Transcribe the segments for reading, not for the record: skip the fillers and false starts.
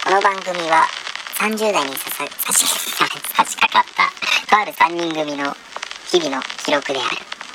この番組は30代に差し掛かったとある3人組の日々の記録である。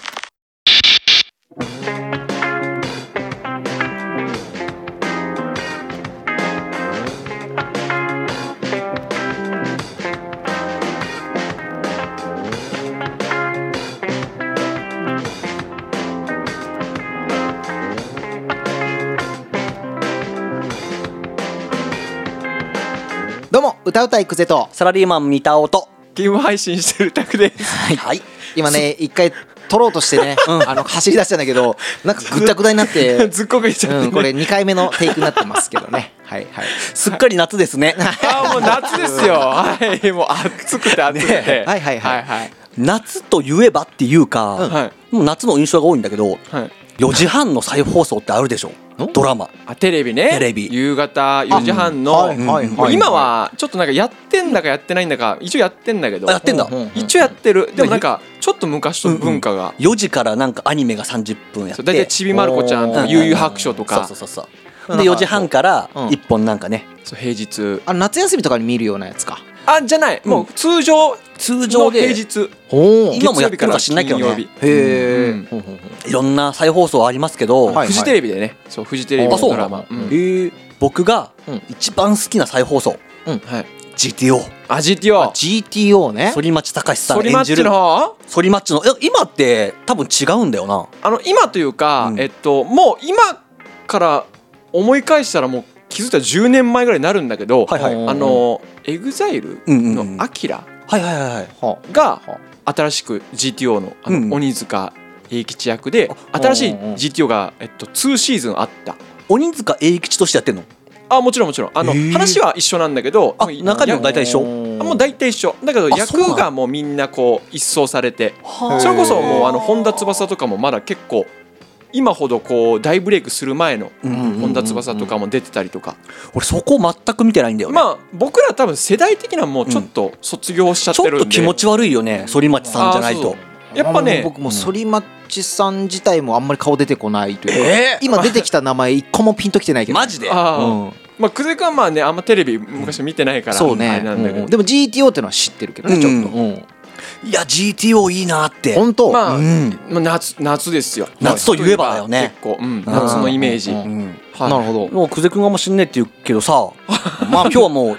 どうも歌うたいくぜとサラリーマン三田尾とゲーム配信してるタクです。 はい、 今ね一回撮ろうとしてね、走り出したんだけなんかぐったぐたになってずっこけちゃって、ねこれ2回目のテイクになってますけどねはいはいすっかり夏ですね。 あもう夏ですよ。はいもう暑くて暑くて、 ねはいはいはい夏と言えばっていうか、 はいもう夏の印象が多いんだけど、 はい 4時半の再放送ってあるでしょ。ドラマあテレビね、 テレビ夕方4時半の、 はいはいはい今はちょっとなんかやってんだかやってないんだか一応やってんだけど、 やってんだ。 一応やってる。でもなんかちょっと昔と文化が、 4時からなんかアニメが30分やって、 だいたいちびまる子ちゃんとか悠々白書とか、 そうで4時半から1本なんかね、 そう平日夏休みとかに見るようなやつか。 じゃない、もう通常ので平日、 今もやってるか知んないけどね。 へいろんな再放送ありますけど、 はいフジテレビでね、そうフジテレビのドラマ、 僕が一番好きな再放送、 はい、 GTO GTO GTO ね。 反町隆史さん反町演じるの方、 反町の今って多分違うんだよな。 今というか、もう今から思い返したらもう気づいたら10年前ぐらいになるんだけど、 はいはい、 EXILE のアキラはいはいはいはい、 が新しく GTO の鬼塚英吉役で新しい GTO が2シーズンあった。 鬼塚英吉としてやってんの？ もちろんもちろん話は一緒なんだけど、 中身も大体一緒。 もう大体一緒だけど、役がもうみんなこう一掃されて、それこそもう本田翼とかもまだ結構今ほどこう大ブレイクする前の本田翼とかも出てたりとか。 俺そこ全く見てないんだよね。 まあ僕ら多分世代的にはもうちょっと卒業しちゃってるんで、 ちょっと気持ち悪いよね、反町さんじゃないと。 やっぱね、 僕も反町さん自体もあんまり顔出てこないというか、今出てきた名前一個もピンときてないけど。 マジで？ まあ久世君はまあねあんまテレビ昔見てないからそうね、 あれなんだけど、 でも GTO ってのは知ってるけどね、ちょっと。 いや GTO いいなって。 本当？ まあ夏ですよ。 夏といえばだよね。 結構夏のイメージ。 なるほど。 もう久世君があんま知んねえって言うけどさ、まあ今日はもう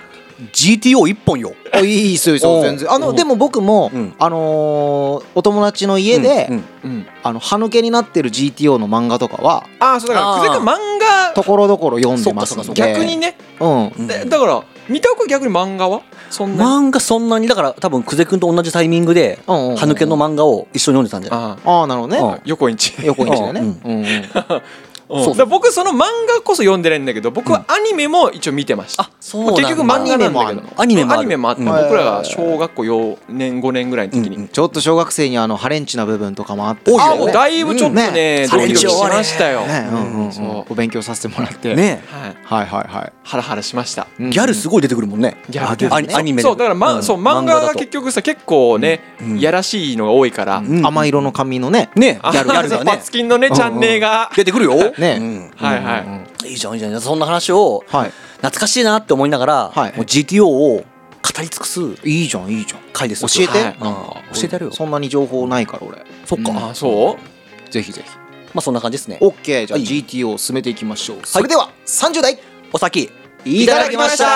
GTO 一本よ。 いいっすよ全然。でも僕もお友達の家で歯抜けになってる GTO の漫画とかはそうだから久世君漫画ところどころ読んでますんで。 逆にね、だから三田君逆に漫画はそんな漫画そんなにだから多分久世君と同じタイミングで歯抜けの漫画を一緒に読んでたんじゃない？ なるほどね。 横一でね。 そう僕その漫画こそ読んでないんだけど、僕はアニメも一応見てました。 そうなんだ。 結局漫画なんだけどアニメもあって、僕らが小学校4年5年ぐらいの時にちょっと小学生にハレンチな部分とかもあって、 もうだいぶちょっとねドキドキしましたよ。 お勉強させてもらってね、 はいはいはい、 ハラハラしました。 ギャルすごい出てくるもんね。アニメで。 そうだから漫画が結局さ結構ねやらしいのが多いから、 甘色の髪のねギャルがね、 パツキンのねチャンネルが出てくるよね。 いいじゃんいいじゃん。そんな話を懐かしいなって思いながら、もう GTO を語り尽くす。 いいじゃんいいじゃん。 回です。 教えて。 教えてやるよ。 そんなに情報ないから俺。 そっか。 そうぜひぜひ。 まあそんな感じですね。 OK。 じゃあ GTO を進めていきましょう。それでは30代お先いただきました。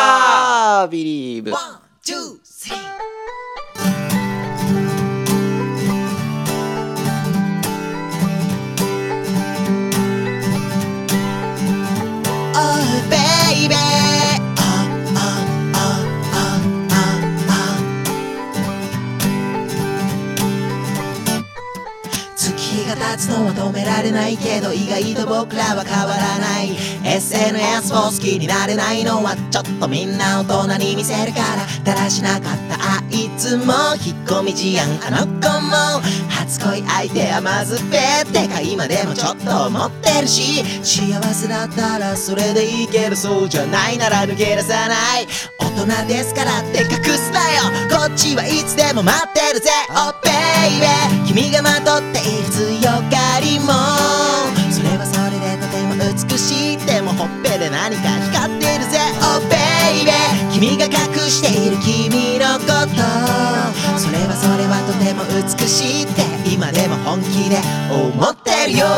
ビリーブ。 立つのは止められないけど、意外と僕らは変わらない。 SNS を好きになれないのはちょっとみんな大人に見せるから。だらしなかったあいつも引っ込み思案、あの子も初恋相手甘酸っぱってか今でもちょっと思ってるし、幸せだったらそれでいいけどそうじゃないなら抜け出さない。大人ですからって隠すなよ、こっちはいつでも待ってるぜ。 Oh baby 君がまとっている強がりもそれはそれでとても美しい。でもほっぺで何か光ってるぜ。 Oh baby えるよ。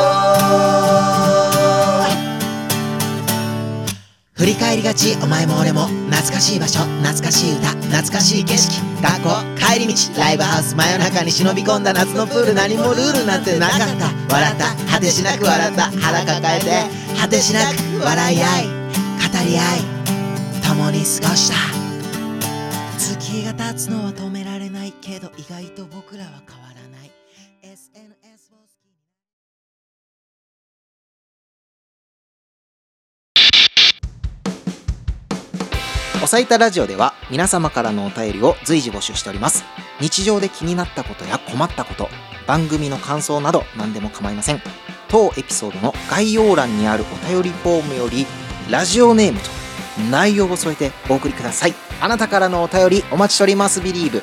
振り返りがちお前も俺も、懐かしい場所懐かしい歌懐かしい景色、学校帰り道ライブハウス真夜中に忍び込んだ夏のプール、何もルールなんてなかった。笑った果てしなく笑った、腹抱えて果てしなく笑い合い語り合い共に過ごした。月が経つのは止められないけど意外と僕らは変わらない。 SNS をおさいたラジオでは皆様からのお便りを随時募集しております。日常で気になったことや困ったこと、番組の感想など何でも構いません。当エピソードの概要欄にあるお便りフォームよりラジオネームと内容を添えてお送りください。あなたからのお便りお待ちしております。ビリーブ。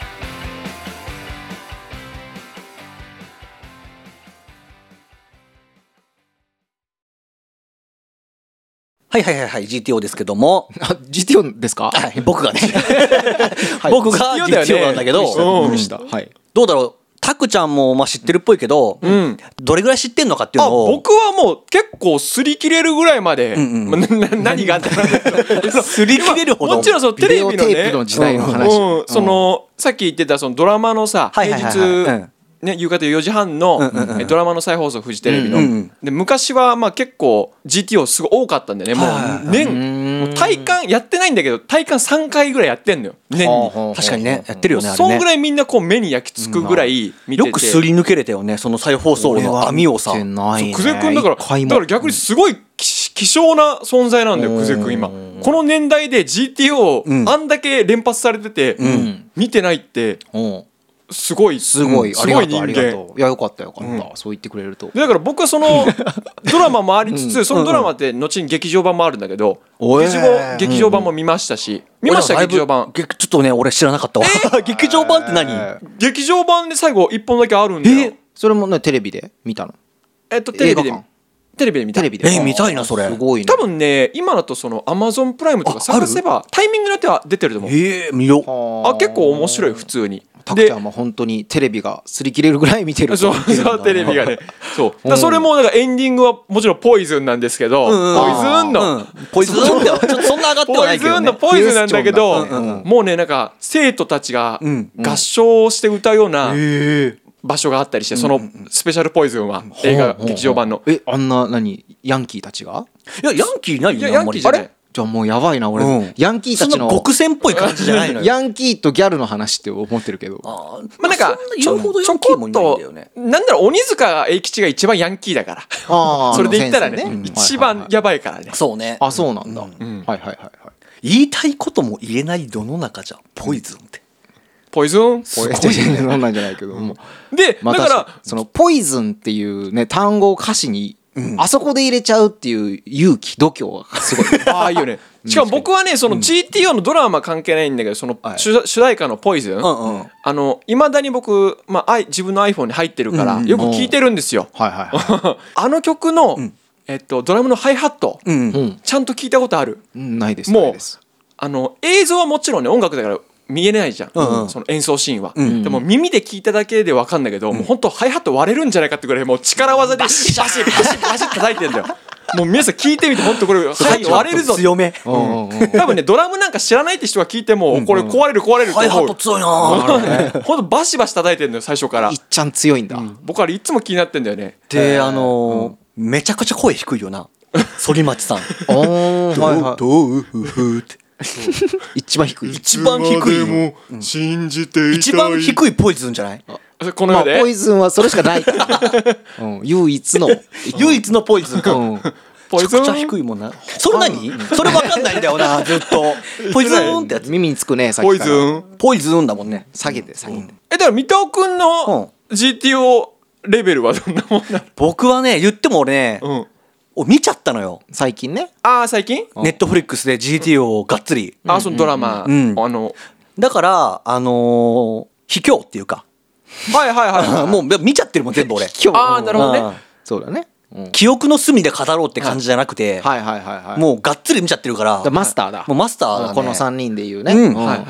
はいはいはいはい、GTO ですけども。 あ、GTO ですか？ はい、僕がね。 はい僕が GTO なんだけど、 はい。 どうだろう、タクちゃんもまあ知ってるっぽいけど、どれぐらい知ってんのかっていうのを。 僕はもう結構擦り切れるぐらいまで、何があったの擦り切れるほど。 もちろんそのテレビのね、 ビデオテープの時代の話。 そのさっき言ってたそのドラマのさ、平日ね、夕方4時半のドラマの再放送、フジテレビので、昔はまあ結構 GTO すごい多かったんだよね。もう年、もう体感やってないんだけど体感3回ぐらいやってんのよ、年に。 確かにね、やってるよね、あれね。 そんぐらいみんなこう目に焼き付くぐらい見てて、 よくすり抜けれたよね、その再放送の網をさ。 久世君だから逆にすごい希少な存在なんだよ、久世君今。この年代で GTO あんだけ連発されてて見てないってすごいありがとうありがとう。いや、よかったよかった、そう言ってくれると。 だから僕はそのドラマもありつつ、そのドラマって後に劇場版もあるんだけど、劇場版も見ましたし、見ました。劇場版ちょっとね、俺知らなかったわ。劇場版って何？ 劇場版で最後1本だけあるんだよ。 それもね、テレビで見たの？ テレビで見た。 見たいな、それ。 すごいね。 多分ね、今だとその Amazon プライムとか探せばタイミングによっては出てると思う。 見よう。 結構面白い、普通に。 タクちゃんも本当にテレビが擦り切れるぐらい見てる。 そうテレビがね。そうそれもだからエンディングはもちろんポイズンなんですけど、 ポイズンってちょっとそんな上がってはないけどね。 ポイズンなんだけど、もうね、なんか生徒たちが合唱して歌うような場所があったりして、そのスペシャルポイズンは映画劇場版の。 あんなヤンキーたちが？ いや、ヤンキーないよね。 ヤンキーじゃない。 じゃあもうやばいな、俺。ヤンキーたちのそんな極戦っぽい感じじゃないのよ。 ヤンキーとギャルの話って思ってるけど。 まあなんかちょこっとなんだろう、鬼塚英吉が一番ヤンキーだから。それで言ったらね、一番やばいからね。 そうね。 あ、そうなんだ。はいはいはい。 言いたいことも言えない世の中じゃん、ポイズンって。 ポイズンすごいなんなんじゃないけども。 で、だからそのポイズンっていうね単語を歌詞にあそこで入れちゃうっていう勇気度胸がすごい。 ああ、いいよね。しかも僕はね、その GTO のドラマ関係ないんだけど、その主題歌のポイズン、いまだに僕、自分の iPhone に入ってるからよく聞いてるんですよ。あの曲のドラムのハイハットちゃんと聞いたことある？ ないです。 もう映像はもちろんね、音楽だから見えないじゃん、その演奏シーンは。でも耳で聞いただけで分かんだけど、もう本当ハイハット割れるんじゃないかってぐらいもう力技でバシバシバシバシ叩いてんだよ。もう皆さん聞いてみて、本当これハイハット割れるぞ。 強め。 多分ね、ドラムなんか知らないって人が聞いてもこれ壊れると思う。 ハイハット強いな。 本当バシバシ叩いてんだよ、最初から。 いっちゃん強いんだ。 僕あれいつも気になってんだよね。 で、めちゃくちゃ声低いよな、反町さん。 どうって一番低い。 一番低い。 信じていたい。 一番低いポイズンじゃない？ この世で。 ポイズンはそれしかない。唯一のポイズンか。 ポイズンめちゃくちゃ低いもんな。それ何？それ分かんないんだよな、ずっと。ポイズンってやつ。 耳につくね、さっきから。 ポイズンだもんね。 下げて。だから三田尾くんの GTO レベルはどんなもんなの？ 僕はね、言っても俺ね、見ちゃったのよ、 最近ね。 最近ネットフリックスで GTO をがっつり。 そのドラマ。 だから卑怯っていうか、もう見ちゃってるもん全部俺。 なるほどね。 そうだね。 記憶の隅で語ろうって感じじゃなくて、もうがっつり見ちゃってるから。 マスターだ。 もうマスターだね。 この3人で言うね。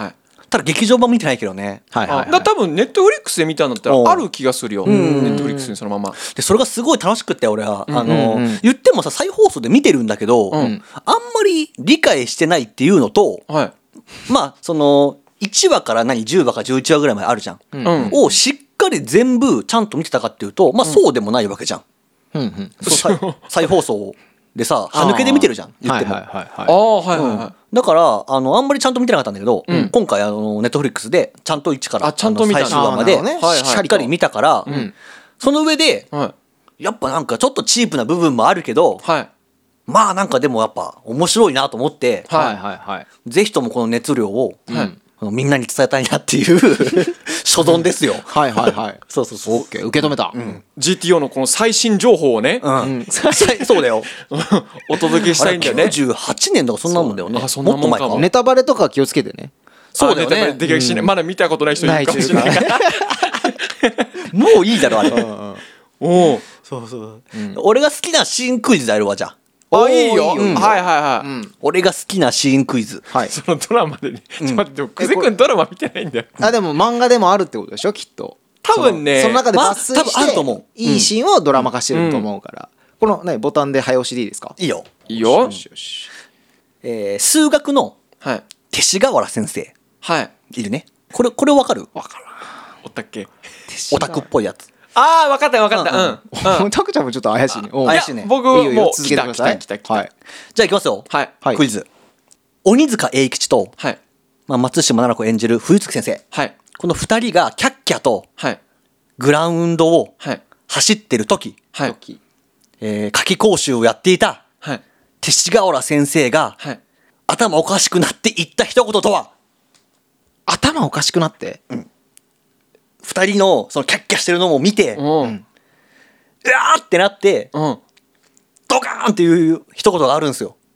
ただ劇場版見てないけどね。 多分ネットフリックスで見たんだったらある気がするよ。ネットフリックスにそのままでそれがすごい楽しくって俺は言ってもさ再放送で見てるんだけど、あんまり理解してないっていうのと、まあその1話から10話か11話ぐらいまであるじゃん、をしっかり全部ちゃんと見てたかっていうと、まあそうでもないわけじゃん。再放送でさ歯抜けで見てるじゃん言っても。だからあんまりちゃんと見てなかったんだけど、今回ネットフリックスでちゃんと1から最終話までしっかり見たから、その上でやっぱなんかちょっとチープな部分もあるけど、まあなんかでもやっぱ面白いなと思って、ぜひともこの熱量をみんなに伝えたいなっていう所存ですよ。そうそうそう。 受け止めた。 GTO のこの最新情報をね、 そうだよ。 お届けしたいんだよね。 98年とかそんなもんだよね。もっと前かも。 ネタバレとか気をつけてね。 そうだよね。 できるしね、まだ見たことない人いるかもしれないから。 もういいだろあれ。 おお。 そうそう。俺が好きなシーンクイズやるわじゃあ。 あ、いいよ。はいはいはい。 俺が好きなシーンクイズ。 そのドラマでね。ちょっと待って、久世君ドラマ見てないんだよ。 あ、でも漫画でもあるってことでしょきっと。 多分ね。 その中で抜粋多分あると思う。 いいシーンをドラマ化してると思うから。このねボタンで早押しでいいですか？ いいよ。 いいよ。 数学の勅使河原先生。いるね。これわかる？ わからん。おったっけ？ オタクっぽいやつ。 ああ、分かった分かった。 タクちゃんもちょっと怪しいね。 怪しいね。 僕も続けてください。 来た。じゃあいきますよ。クイズ。鬼塚英吉と松島菜々子演じる冬月先生。この2人がキャッキャとグラウンドを走ってる時、夏期講習をやっていた勅使河原先生が頭おかしくなって言った一言とは？ 頭おかしくなって？ 二人のそのキャッキャしてるのも見て、うわーってなって、ドカーンっていう一言があるんですよ。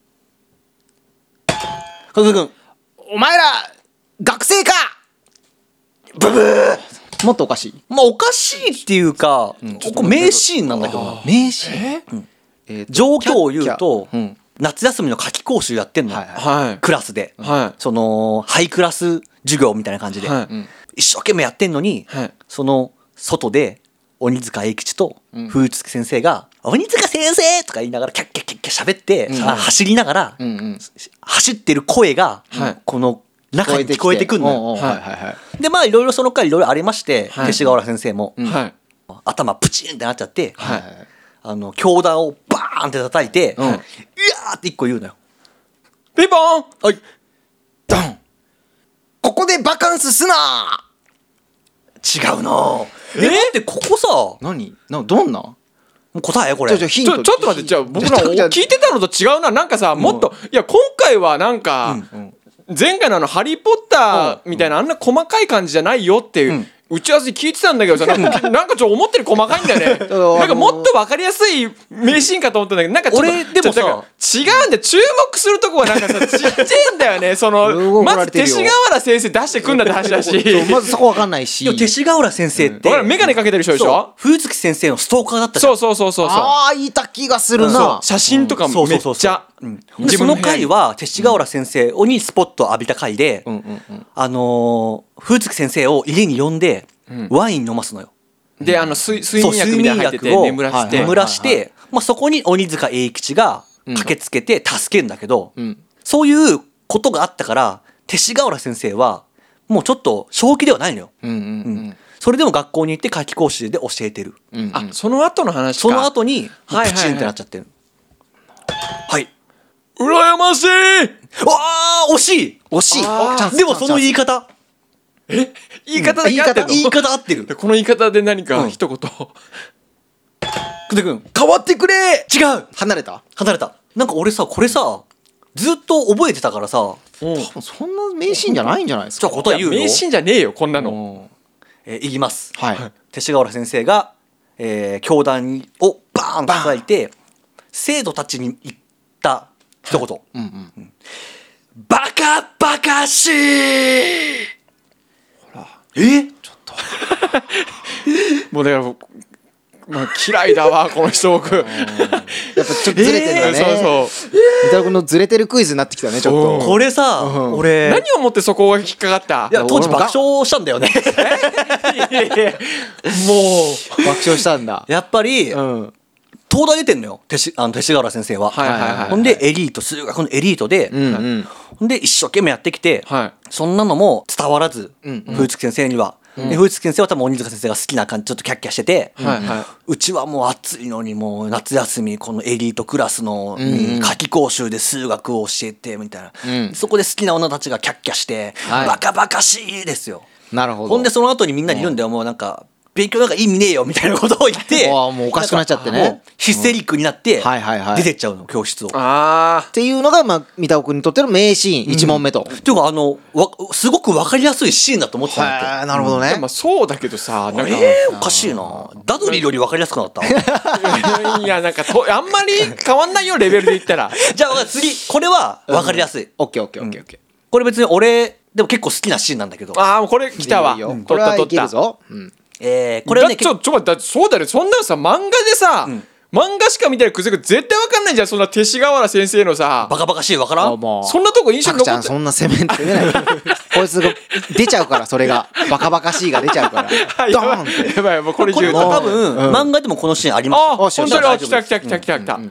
かずくん、 お前ら学生か。 ブブー。 もっとおかしい。 まあおかしいっていうか、ここ名シーンなんだけどな。 名シーン。 状況を言うと、夏休みの夏期講習やってんの、クラスで、そのハイクラス授業みたいな感じで。一生懸命やってんのに、その外で鬼塚英吉と冬月先生が「鬼塚先生!」とか言いながらキャッキャッキャッキャ喋って、走りながら、走ってる声が、この中に聞こえてくんのよ。でまあいろいろその回いろいろありまして勅使河原先生も、頭プチンってなっちゃって、教壇をバーンって叩いて「うわ!」って一個言うのよ。 ピンポン。 はい。 ドン。ここでバカンスすな。 違うな。待ってここさ何？どんな？ 答えこれ。 ちょっと待って、じゃあ僕ら聞いてたのと違うな。なんかさ、もっといや今回はなんか前回のハリーポッターみたいなあんな細かい感じじゃないよっていう打ち合わせ聞いてたんだけどさ、なんかちょっと思ってる細かいんだよね。なんかもっと分かりやすい名シーンかと思ったんだけど、なんかちょっと俺でもさ違うんだよ。注目するとこはなんかさちっちゃいんだよね。そのまず勅使河原先生出してくんだって話だし、 まずそこ分かんないし。 勅使河原先生って眼鏡かけてる人でしょ。 冬月先生のストーカーだったじゃん。 そう。 ああいた気がするな。 写真とかもめっちゃ。 その回は勅使河原先生にスポットを浴びた回で、冬月先生を家に呼んでワイン飲ますのよ。 で睡眠薬みたいな入ってて眠らして、 そこに鬼塚英吉が駆けつけて助けるんだけど、そういうことがあったから勅使河原先生はもうちょっと正気ではないのよ。それでも学校に行って夏期講習で教えてる。 あ、その後の話か。 その後にプチンってなっちゃってる。はい。 羨ましい。 わあ惜しい。でもその言い方。 言い方だけ合ってるの？ 言い方合ってる。 この言い方で何か一言。 久手君変わってくれ。 違う。 離れた。 なんか俺さこれさずっと覚えてたからさ、 多分そんな名シーンじゃないんじゃないですか。 じゃあ答え言うよ。 名シーンじゃねえよこんなの。 いきます。 はい。 勅使河原先生が教壇をバーンと叩いて生徒たちに言った一言。バカバカしい。ほら。ちょっと。 もうだからまあ、嫌いだわこの人僕。 やっぱちょっとずれてるよね。 そうそう。 三田君のずれてるクイズになってきたねちょっと。 これさ、俺何をもってそこが引っかかった？ いや当時爆笑したんだよね。 いやいやもう爆笑したんだ。 やっぱりうん東大出てんのよ、勅使川原先生は。 はいはいはい。 ほんでエリート、数学のエリートで、 うんうんほんで一生懸命やってきて、 はい。 そんなのも伝わらず、 うんうん冬月先生には。で冬月先生は多分鬼塚先生が好きな感じ、ちょっとキャッキャしてて、 はいはうちはもう暑いのにもう夏休みこのエリートクラスのんうん夏期講習で数学を教えてみたいな、 うんそこで好きな女たちがキャッキャして、 はいバカバカしいですよ。 なるほど。 ほんでその後にみんなに言うんだよ、もうなんか勉強なんか意味ねえよみたいなことを言ってうわもうおかしくなっちゃってねなんかもうヒステリックになってはいはいはい出てっちゃうの教室を。 い。あっていうのがまあ三田君にとっての名シーン1問目と。 っていうかすごく分かりやすいシーンだと思ってたんだって。 はいなるほどねあ。まあそうだけどさなんか、 おかしいな。ダドリーより分かりやすくなったいやなんかあんまり変わんないよレベルで言ったら。 じゃあ次これは分かりやすい。 オッケーオッケーオッケーオッケー。 これ別に俺でも結構好きなシーンなんだけど、 ああこれ来たわ。 いいよ取これはいった取った。 けるぞ。うんこれはねちょっと待ってそうだよそんなのさ漫画でさ、漫画しか見てるクズが絶対わかんないじゃんそんな勅使河原先生のさバカバカしい分からん。 もうそんなとこ印象タに残ってクちゃんそんな攻めないこいつが出ちゃうからそれがバカバカしいが出ちゃうからはいドーンってやばいもうこれこれ中も多分、 うん漫画でもこのシーンありまあす。 本当に来た来た来た来た来た。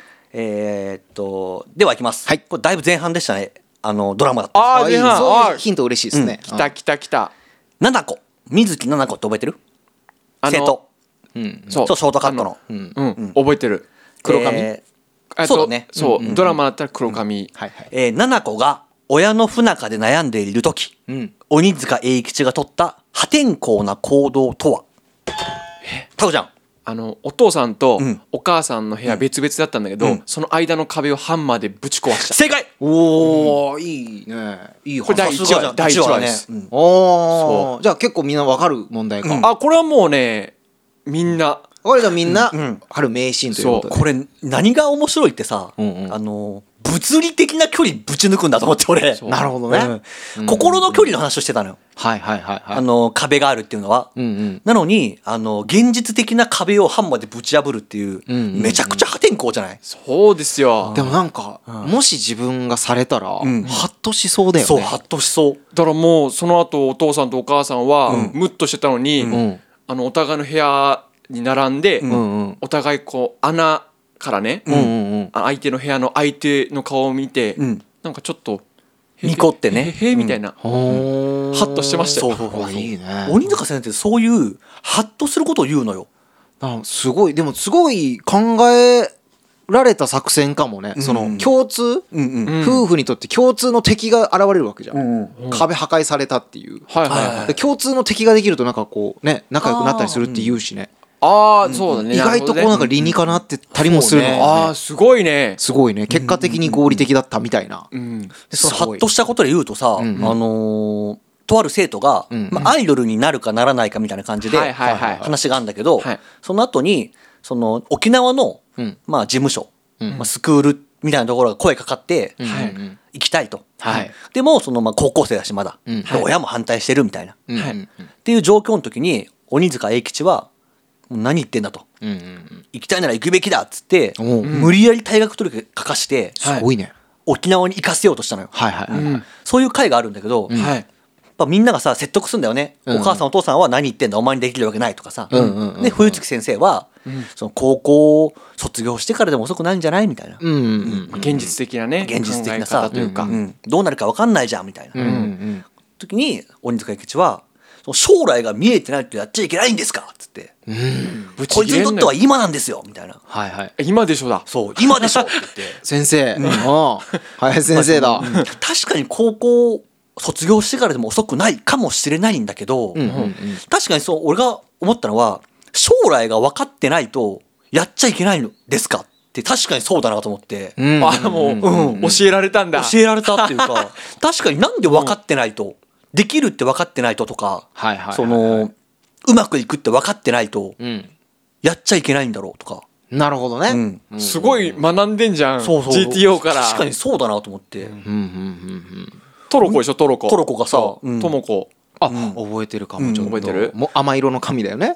ではいきます。 はいこれだいぶ前半でしたね。ドラマだった。 ああ前半そうあいうヒント嬉しいですね。 来た来た来た。 七子、水木七子って覚えてる？ あの生徒。 うんそうショートカットの。 うん覚えてる。 黒髪そうだねそうドラマだったら黒髪。 はいはい。 七子が親の不仲で悩んでいる時、 うん鬼塚英吉が取った破天荒な行動とは？タコちゃん。 お父さんとうんお母さんの部屋別々だったんだけど、 うんその間の壁をハンマーでぶち壊した。 正解。 おおいいねいいこれ第話。 一話第一話です。 うんおおじゃあ結構みんなわかる問題か。 あこれはもうねみんなこれじゃみんなうんある名シーンということで。 これ何が面白いってさ、 うんうん物理的な距離ぶち抜くんだと思って俺。 なるほどね。 うん心の距離の話をしてたのよ。 はいはいはいはい。 壁があるっていうのは。 うんうん。 なのに現実的な壁をハンマーでぶち破るっていう、 うんうんうんめちゃくちゃ破天荒じゃない？ そうですよ。 でもなんかもし自分がされたらハんッとしそうだよね。 そうハッとしそう。 だからもうその後お父さんとお母さんはムッとしてたのに、 うんお互いの部屋に並んで、 うんうんお互いこう穴からね、 うんうんうん。 相手の部屋の相手の顔を見て、 うんなんかちょっとニコってねへへみたいな、 ほーハッとしてましたよ。 そうそうそうそう。 いいね。 鬼塚先生ってそういうハッとすることを言うのよ。 すごいでもすごい考えられた作戦かもね。その共通うんうん。 夫婦にとって共通の敵が現れるわけじゃん。 うん壁破壊されたっていう。 はいはいはい。 で共通の敵ができるとなんかこうね仲良くなったりするって言うしね。 ああそうだね。 意外とこうなんか理にかなってたりもするのあがね。 あすごいね。 すごいね。結果的に合理的だったみたいな。 うん。 でそのハすごいッとしたことで言うとさ、 んとある生徒が、 んまあ、アイドルになるかならないかみたいな感じではいはいはい話があるんだけど、 はいその後にその沖縄の、 うんまあ、事務所、 うんまあ、スクールみたいなところが声かかって、 はいうん行きたいと、 はいでもそのまあ高校生だしまだ、 うんで親も反対してるみたいな、っうんはいていう状況の時に鬼塚英吉はもう何言ってんだと、 うんうん行きたいなら行くべきだっつって、 おう無理やり退学届書かして、 すごいね。 沖縄に行かせようとしたのよ、 はいはいはい。 うんそういう会があるんだけど、 はい。 やっぱみんながさ説得するんだよね、 うんお母さんお父さんは何言ってんだお前にできるわけないとかさ、 うんうんうんうんで冬月先生は、その高校を卒業してからでも遅くないんじゃないみたいな、 うんうん現実的なね。 現実的な考えさ方というか。 うんどうなるか分かんないじゃんみたいな、 うんうん時に鬼塚英吉はその将来が見えてないとやっちゃいけないんですかっつって、 ぶちこいつにとっては切今なんですよみたいな、 はいはい。 今でしょだ。 そう今でしょって言って先生。林先生だ。 確かに高校卒業してからでも遅くないかもしれないんだけど、 うんうんうん確かにそう俺が思ったのは将来が分かってないとやっちゃいけないのですかって確かにそうだなと思って、 うんあもう教えられたんだ。 教えられたっていうか確かになんで分かってないと、できるって分かってないととか、 はいはいはいはいそのうまくいくって分かってないとうん。 やっちゃいけないんだろうとか、 なるほどね。 うんすごい学んでんじゃん。 そうそう GTO から。 確かにそうだなと思って、 うんうんうんうん。 トロコでしょトロコ。 トロコがさそううんトモコ。 あ、覚えてるかもちょっと。 覚えてるもう甘色の髪だよね。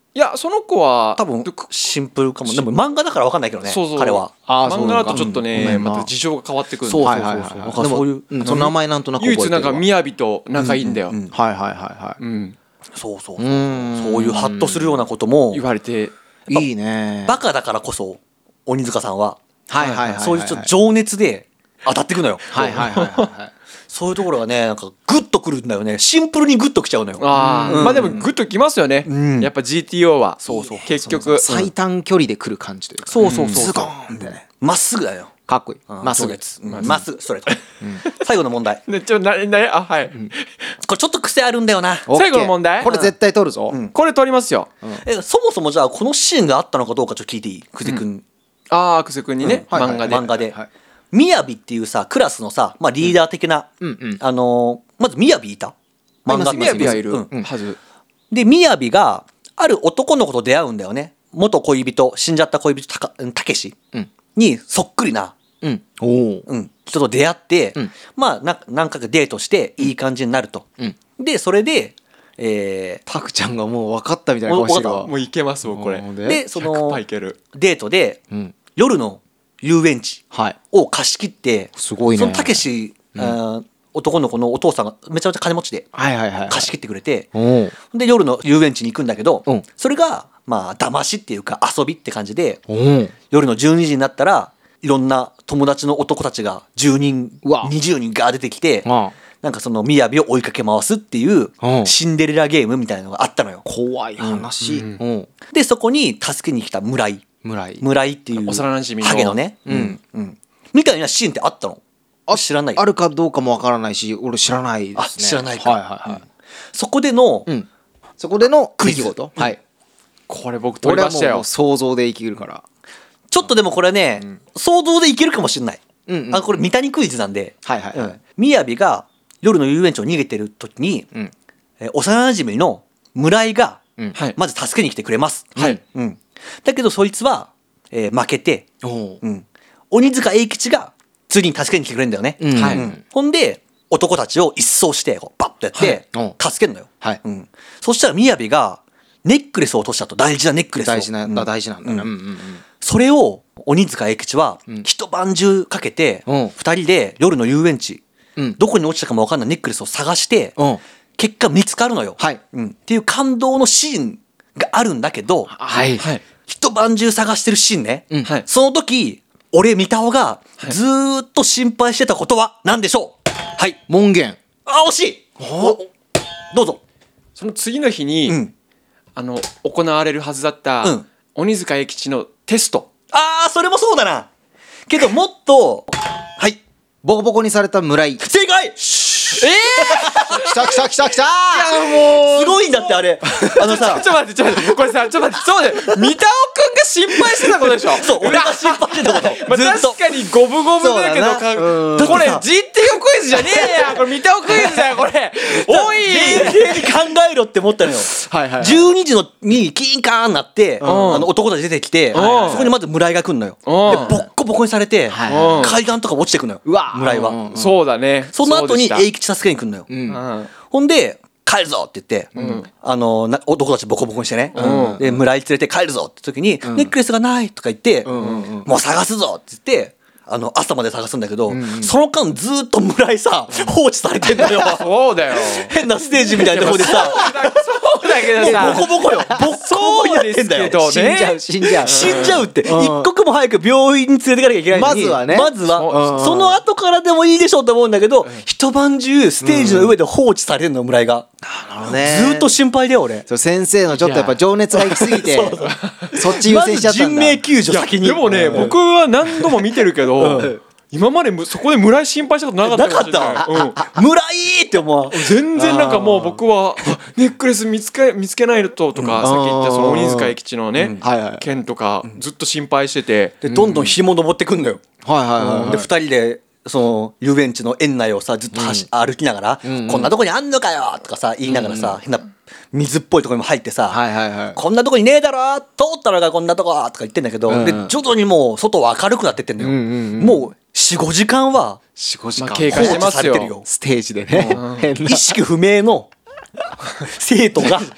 いやその子は多分シンプルかも。でも漫画だから分かんないけどね。 そうそう彼は。 漫画だとちょっとね、 うんまた事情が変わってくるんでそうそうはいはいはいなんかそういうでもその名前なんとなく覚えてるわ。 唯一なんか雅と仲いいんだよ、 うんはいはいはいはうんそうそうそう。 い。 そういうハッとするようなことも言われていいね。 バカだからこそ鬼塚さんははいはいはいはい。 そういうちょっと情熱で当たってくのよ。 はいはいはいはい。 そういうところがねなんかグッとくるんだよね。シンプルにグッときちゃうのよ。 まあでもグッときますよね、 んやっぱ GTO はそうそう結局最短距離で来る感じというか。 そうそうそうズコそう。 ーンってね。 まっすぐだよ。 かっこいい。 ままっすぐ。 まっすぐストレート。最後の問題。 ねあはい、 これちょっと癖あるんだよな。 オッケー最後の問題これ絶対取るぞ。 これ取りますよ、 そもそもじゃあこのシーンがあったのかどうかちょっと聞いていい？久世くん。 ああ久世君にね、 はい漫画で漫画ではい。 みやびっていうさクラスのさ、まあ、リーダー的な、 うんうん。 まずみやびいた漫画いますみやびがいるうんはず、 でみやびがある男の子と出会うんだよね。元恋人死んじゃった恋人たけしうんにそっくりな、 うん。おお。 人と出会って、 うんまあ何回かデートしていい感じになると、 うん。 でそれで、 タクちゃんがもう分かったみたいな顔してるわ。 もういけますもんこれでその 100%いけるデートでうん。 夜の遊園地はい。 を貸し切ってすごいね。 そのたけし、男の子のお父さんがめちゃめちゃ金持ちではいはいはい。 貸し切ってくれて、 おお。 で夜の遊園地に行くんだけど、 うんそれがまあ騙しっていうか遊びって感じでおお。 夜の12時になったらいろんな友達の男たちが10人うわ 20人が出てきてああ。 なんかその雅を追いかけ回すっていううんシンデレラゲームみたいなのがあったのよ。 怖い話。うん。 でそこに助けに来た村井村井。 っていう幼馴染のハゲのね、みたいなシーンってあったの？知らない？ あるかどうかもわからないし、俺知らないですね。 あ知らないかはいはいはい。 そこでの、 うん。そこでのクイズ出来事。はい。 これ僕取俺はりましたよもう想像で生きるから。 ちょっとでもこれね、想像でいけるかもしれない。 うんうん。 あこれ三谷クイズなんで、 はいはいはい。 みやびが夜の遊園地を逃げてる時に、 うん。 幼馴染の村井がうん。 はいまず助けに来てくれます。 はいだけどそいつは、負けて、 おお。 鬼塚英吉が次に助けに来てくれるんだよね。 うんはいほんで男たちを一掃してこうパッとやって、 はい助けるのよ。 はい。 そしたらみやびがネックレスを落としたと。大事なネックレスを。 大事な、大事なんだね。 ううんんうんそれを鬼塚英吉はうん一晩中かけてうん二人で夜の遊園地うん。 どこに落ちたかも分かんないネックレスを探してうん。 結果見つかるのよ。 はい。 っていう感動のシーンがあるんだけどはい。 はい一晩中探してるシーンね、 うんはいその時俺三田尾がずーっと心配してたことは何でしょう？はい門限。 あ惜しいどうぞ。 その次の日に、 うん行われるはずだった、 うん鬼塚英吉のテストあーそれもそうだなけどもっとはいボコボコにされた村井。 正解来た来た来た来たすごいんだってあれさちょっと待ってこれさちょっと待ってそうだよ三田尾くんが心配してたことでしょそう俺が心配してたことまあ、 ずっと確かに五分五分だけどそうだなうんこれ GTO クイズじゃねえやこれ三田尾クイズだよこれおい冷静に考えろって思ったのよはいはい。 12時のにキーンカーンなって男たち出てきてそこにまず村井が来んのよでうんボッコボコにされてはい階段とか落ちてくのようわ村井はうんそうだねその後にそうで英吉助けに来んのようん。 したほんで帰るぞって言って男たちボコボコにしてねで村井連れて帰るぞって時にネックレスがないとか言ってもう探すぞって言って朝まで探すんだけどその間ずーっと村井さ放置されてんのよそうだよ変なステージみたいなところでさそうだけどさボコボコよボッコボコになってんだよそうですけどね死んじゃう。 死んじゃうって一刻も早く病院に連れてかなきゃいけないのにまずはねまずはうんその後からでもいいでしょうと思うんだけど一晩中ステージの上で放置されるの村井がなるほどね。 ずーっと心配だよ俺そう先生のちょっとやっぱ情熱が行き過ぎて、そっち優まず先しちゃったんだ。 人命救助先にでもね僕は何度も見てるけど今までそこで村井心配したことなかったかもしれないな村井って思う全然なんかもう僕はネックレス見つけないととかさっき言ったその鬼塚英吉のねはいはい。 件とかずっと心配しててでどんどん紐登ってくんのよはいはいはい。 で2人でその遊園地の園内をさずっと歩きながらこんなとこにあんのかよとかさ言いながらさ変な水っぽいとこにも入ってさはいはいはい。 こんなとこにねえだろ通ったのがこんなとことか言ってんだけど、で徐々にもう外は明るくなってってんだよ、もう 4,5 時間は 4、5時間まあ経過してますよ放置されてるよステージでね。変な意識不明の生徒が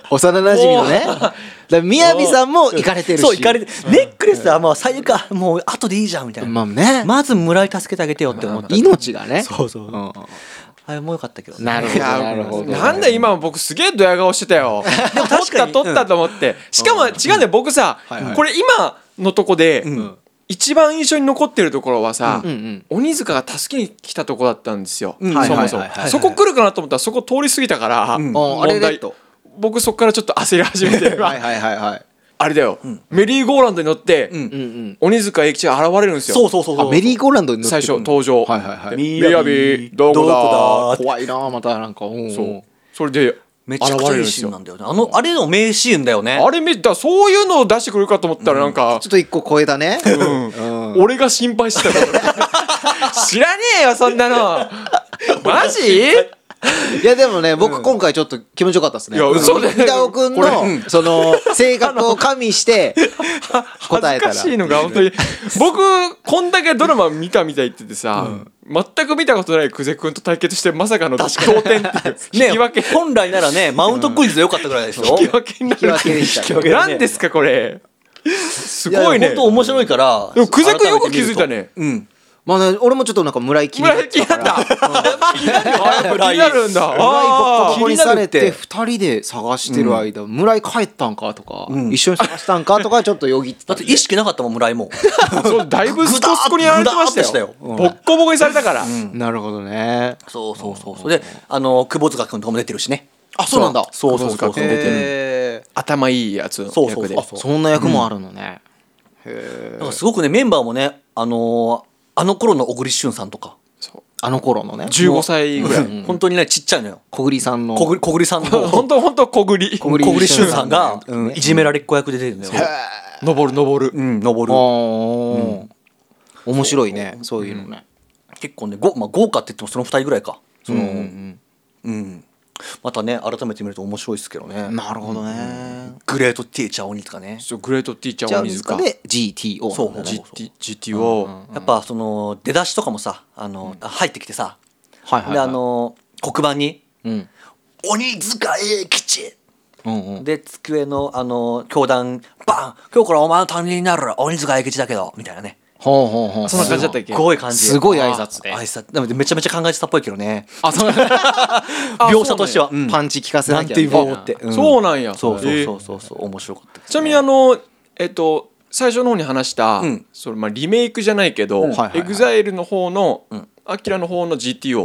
幼馴染のね。だからみやびさんも行かれてるし。 そう行かれて、ネックレスはもう最悪か、もう後でいいじゃんみたいな。 まあね。 まず村井助けてあげてよって思った。 命がね。 そうそう。 うんあれもよかったけどね。 なるほどなるほど。 なんで今僕すげえドヤ顔してたよ。でも取ったと思って。しかも違うんだよ、僕さ、これ今のとこで一番印象に残ってるところはさ、鬼塚が助けに来たとこだったんですよ。そもそもそこ来るかなと思ったらそこ通り過ぎたから問題。僕そこからちょっと焦り始めて。あれだよ、メリーゴーランドに乗って鬼塚英吉が現れるんですよ。 そうメリーゴーランドに乗って最初登場。みやびどこだ。 怖いなまたなんか。 そうそれでめちゃくちゃいいシーンなんだよね。あれの名シーンだよね。 あれ見たらそういうのを出してくれるかと思ったらなんかちょっと一個超えたね。 俺が心配してたから知らねえよそんなの。マジ？ いやでもね僕今回ちょっと気持ちよかったですね。 いや嘘で北尾くんのその性格を加味して答えたら。 恥ずかしいのが本当に僕こんだけドラマ見たみたいって言ってさ、全く見たことない久世くんと対決してまさかの同点っていう引き分け。 本来ならねマウントクイズでよかったぐらいでしょ。 引き分けになる。何ですかこれ。すごいね。 本当面白いから。 でも久世くんよく気づいたね。 まあね、俺もちょっとなんか村井気になった気になるんだ。 村井気にされて2人で探してる間、村井帰ったんかとか、一緒に探したんかとかちょっとよぎってた。 だって意識なかったもん村井も。 そうだいぶスコスコにやられてましたよ。ボッコボコにされたから。 なるほどね。 そうで窪塚君とかも出てるしね。 あ、そうなんだ。 そう出てる。頭いいやつの役で。 そんな役もあるのね。 すごくねメンバーもねあの頃の小栗旬さんとか、 あの頃のね 15歳ぐらい本当にねちっちゃいのよ。 小栗さんの小栗さんの本当小栗旬さんがいじめられっ子役で出てるのよ。 登る。 面白いねそういうのね。 結構ね豪華って言ってもその2人ぐらいか。またね改めて見ると面白いですけどね。 なるほどね。 グレートティーチャー鬼とかね。 グレートティーチャー鬼塚で GTO。 そう GTO。 やっぱその出だしとかもさ入ってきてさ、で黒板に鬼塚英吉で机の教団バン今日からお前の担任になる鬼塚英吉だけどみたいなね。 そんな感じだったっけ。 すごい感じ。 すごい挨拶で。 でもめちゃめちゃ考えてたっぽいけどね。 描写としてはパンチ効かせなきゃみたいな。 そうなんや。 そう面白かった。 ちなみに最初の方に話したそれリメイクじゃないけど EXILE の方のアキラの方の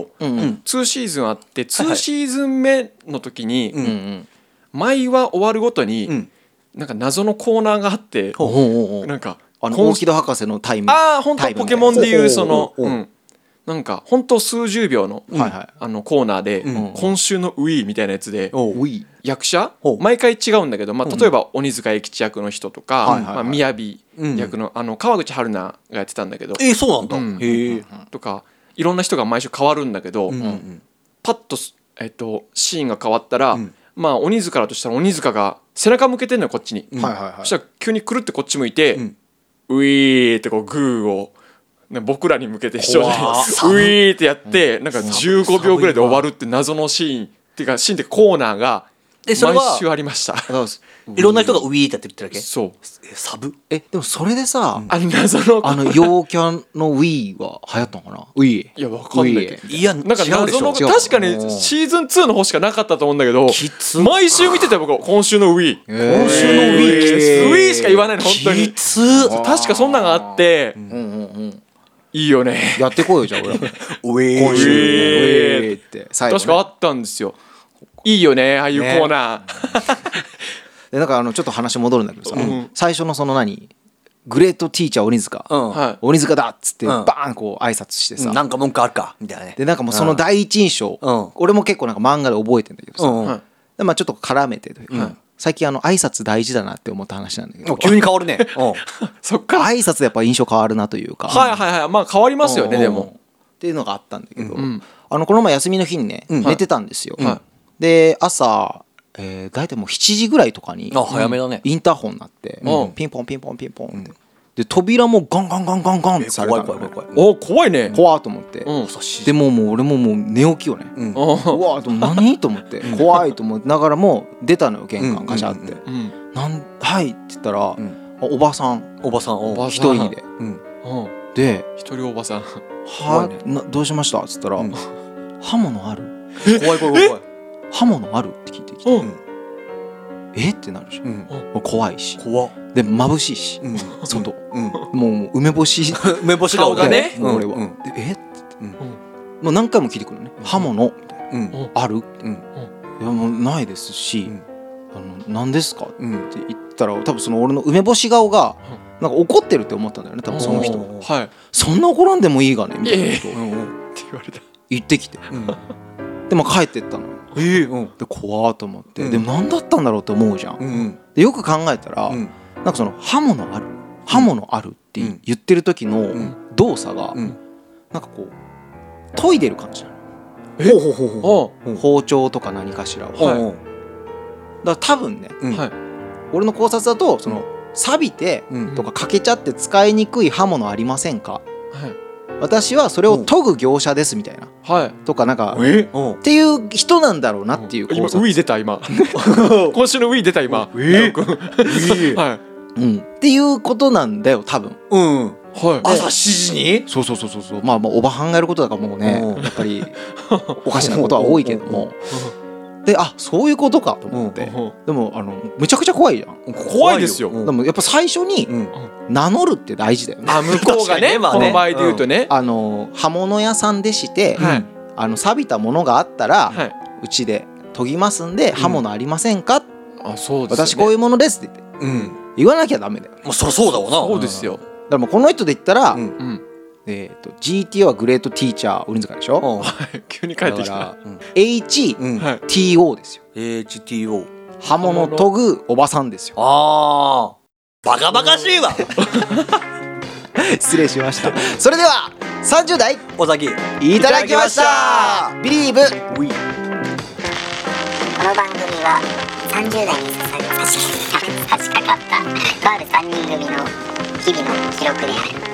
GTO2 シーズンあって2シーズン目の時に毎話終わるごとになんか謎のコーナーがあってなんか大木戸博士のタイム。 本当ポケモンでいうそのなんか本当数十秒のコーナーで今週のウィーみたいなやつで役者毎回違うんだけど例えば鬼塚英吉役の人とかみやび役の川口春奈がやってたんだけどそうなんだ。 とかいろんな人が毎週変わるんだけどパッとシーンが変わったら鬼塚だとしたら鬼塚が背中向けてんのよこっちに。そしたら急にくるってこっち向いてウィーってこうグーを僕らに向けて視聴者にウィーってやってなんか15秒ぐらいで終わるって謎のシーンっていうかコーナーが毎週ありました。 いろんな人がウィーってやってるってだけ。 そうサブでもそれでさ謎の陽キャのウィーは流行ったのかな。ウィーいやわかんないけどいやなんか謎の確かにシーズン2の方しかなかったと思うんだけど毎週見てた僕今週のウィー今週のウィーしか言わないの本当に確かそんなのがあっていいよね。 やってこいよじゃあ俺。 今週って確かあったんですよ。いいよねああいうコーナー。 でなんかちょっと話戻るんだけどさ最初のそのグレートティーチャー鬼塚鬼塚だっつってバーンこう挨拶してさなんか文句あるかみたいなね。 でなんかもうその第一印象俺も結構なんか漫画で覚えてんだけどさでちょっと絡めて最近挨拶大事だなって思った話なんだけど急に変わるね。 そっから挨拶でやっぱ印象変わるなというか変わりますよねでもっていうのがあったんだけどこの前休みの日にね寝てたんですよ。で朝大体もう7時ぐらいとかに早めだね。 インターホン鳴ってピンポンピンポンピンポンってで扉もガンガンガンガンガンってされたの。 怖い怖い怖い。 お怖いね。 怖と思って、 うんでもう俺ももう寝起きよね、 うんうわでも何と思って怖いと思いながらも出たのよ玄関ガシャって、 うんはいって言ったら、 んあおばさんおばさんおばさん一人でうんうんで一人おばさん。 はどうしましたっつったら、 うん刃物ある怖い怖い怖い。 刃物あるって聞いてきて、 うんえってなるじゃん、 うん怖いし怖っ。 で眩しいし、 うん外うんもう梅干し梅干し顔がねもう俺は、 うんでえっうんもう何回も聞いてくるね、刃物みたいなうんあるうんいやもうないですし、 うん何ですかってうん言ったら多分その俺の梅干し顔がなんか怒ってるって思ったんだよね多分その人おはい。 そんな怒らんでもいいがねみたいなことをうんうんって言われた。 言ってきてうんでも帰ってったのようんで怖ーと思って、 うんでも何だったんだろうと思うじゃん、 うんでよく考えたら、 うんなんかその刃物ある刃物あるってうん言ってる時のん動作がうんなんかこう研いでる感じなほうほうほうほおうん包丁とか何かしらをだかううんら多分ねうんはい。 俺の考察だとその錆びてうんとか欠けちゃって使いにくい刃物ありませんかはい。 私はそれを研ぐ業者ですみたいなはい。 とかなんかえうんっていう人なんだろうなっていう今考察ウィ出た今。今週のウィ出た今。はい。 うんっていうことなんだよ多分うんはい。 朝7時にそうまあおばはんがやることだからもうねうんやっぱりおかしなことは多いけどもでそういうことかと思ってでもむちゃくちゃ怖いじゃん怖いですよでもやっぱ最初にうん名乗るって大事だよねあ向こうがね確かにねまあねこの場合で言うとね。 刃物屋さんでしてはい錆びたものがあったらはい。 うちで研ぎますんで刃物ありませんかあそうですよね。 私こういうものですってうん言わなきゃダメだよまあそりゃそうだわなそうですよ。 だからもうこの人で言ったらうんうん。 GTO はグレートティーチャー鬼塚でしょうん急に帰ってきた。 だからうん HTO うんはい。 ですよ HTO 刃物研ぐおばさんですよあーバカバカしいわ失礼しましたそれでは30代お先いただきましたビリーブこの番組は30代に差し掛かったとある3人組の日々の記録である。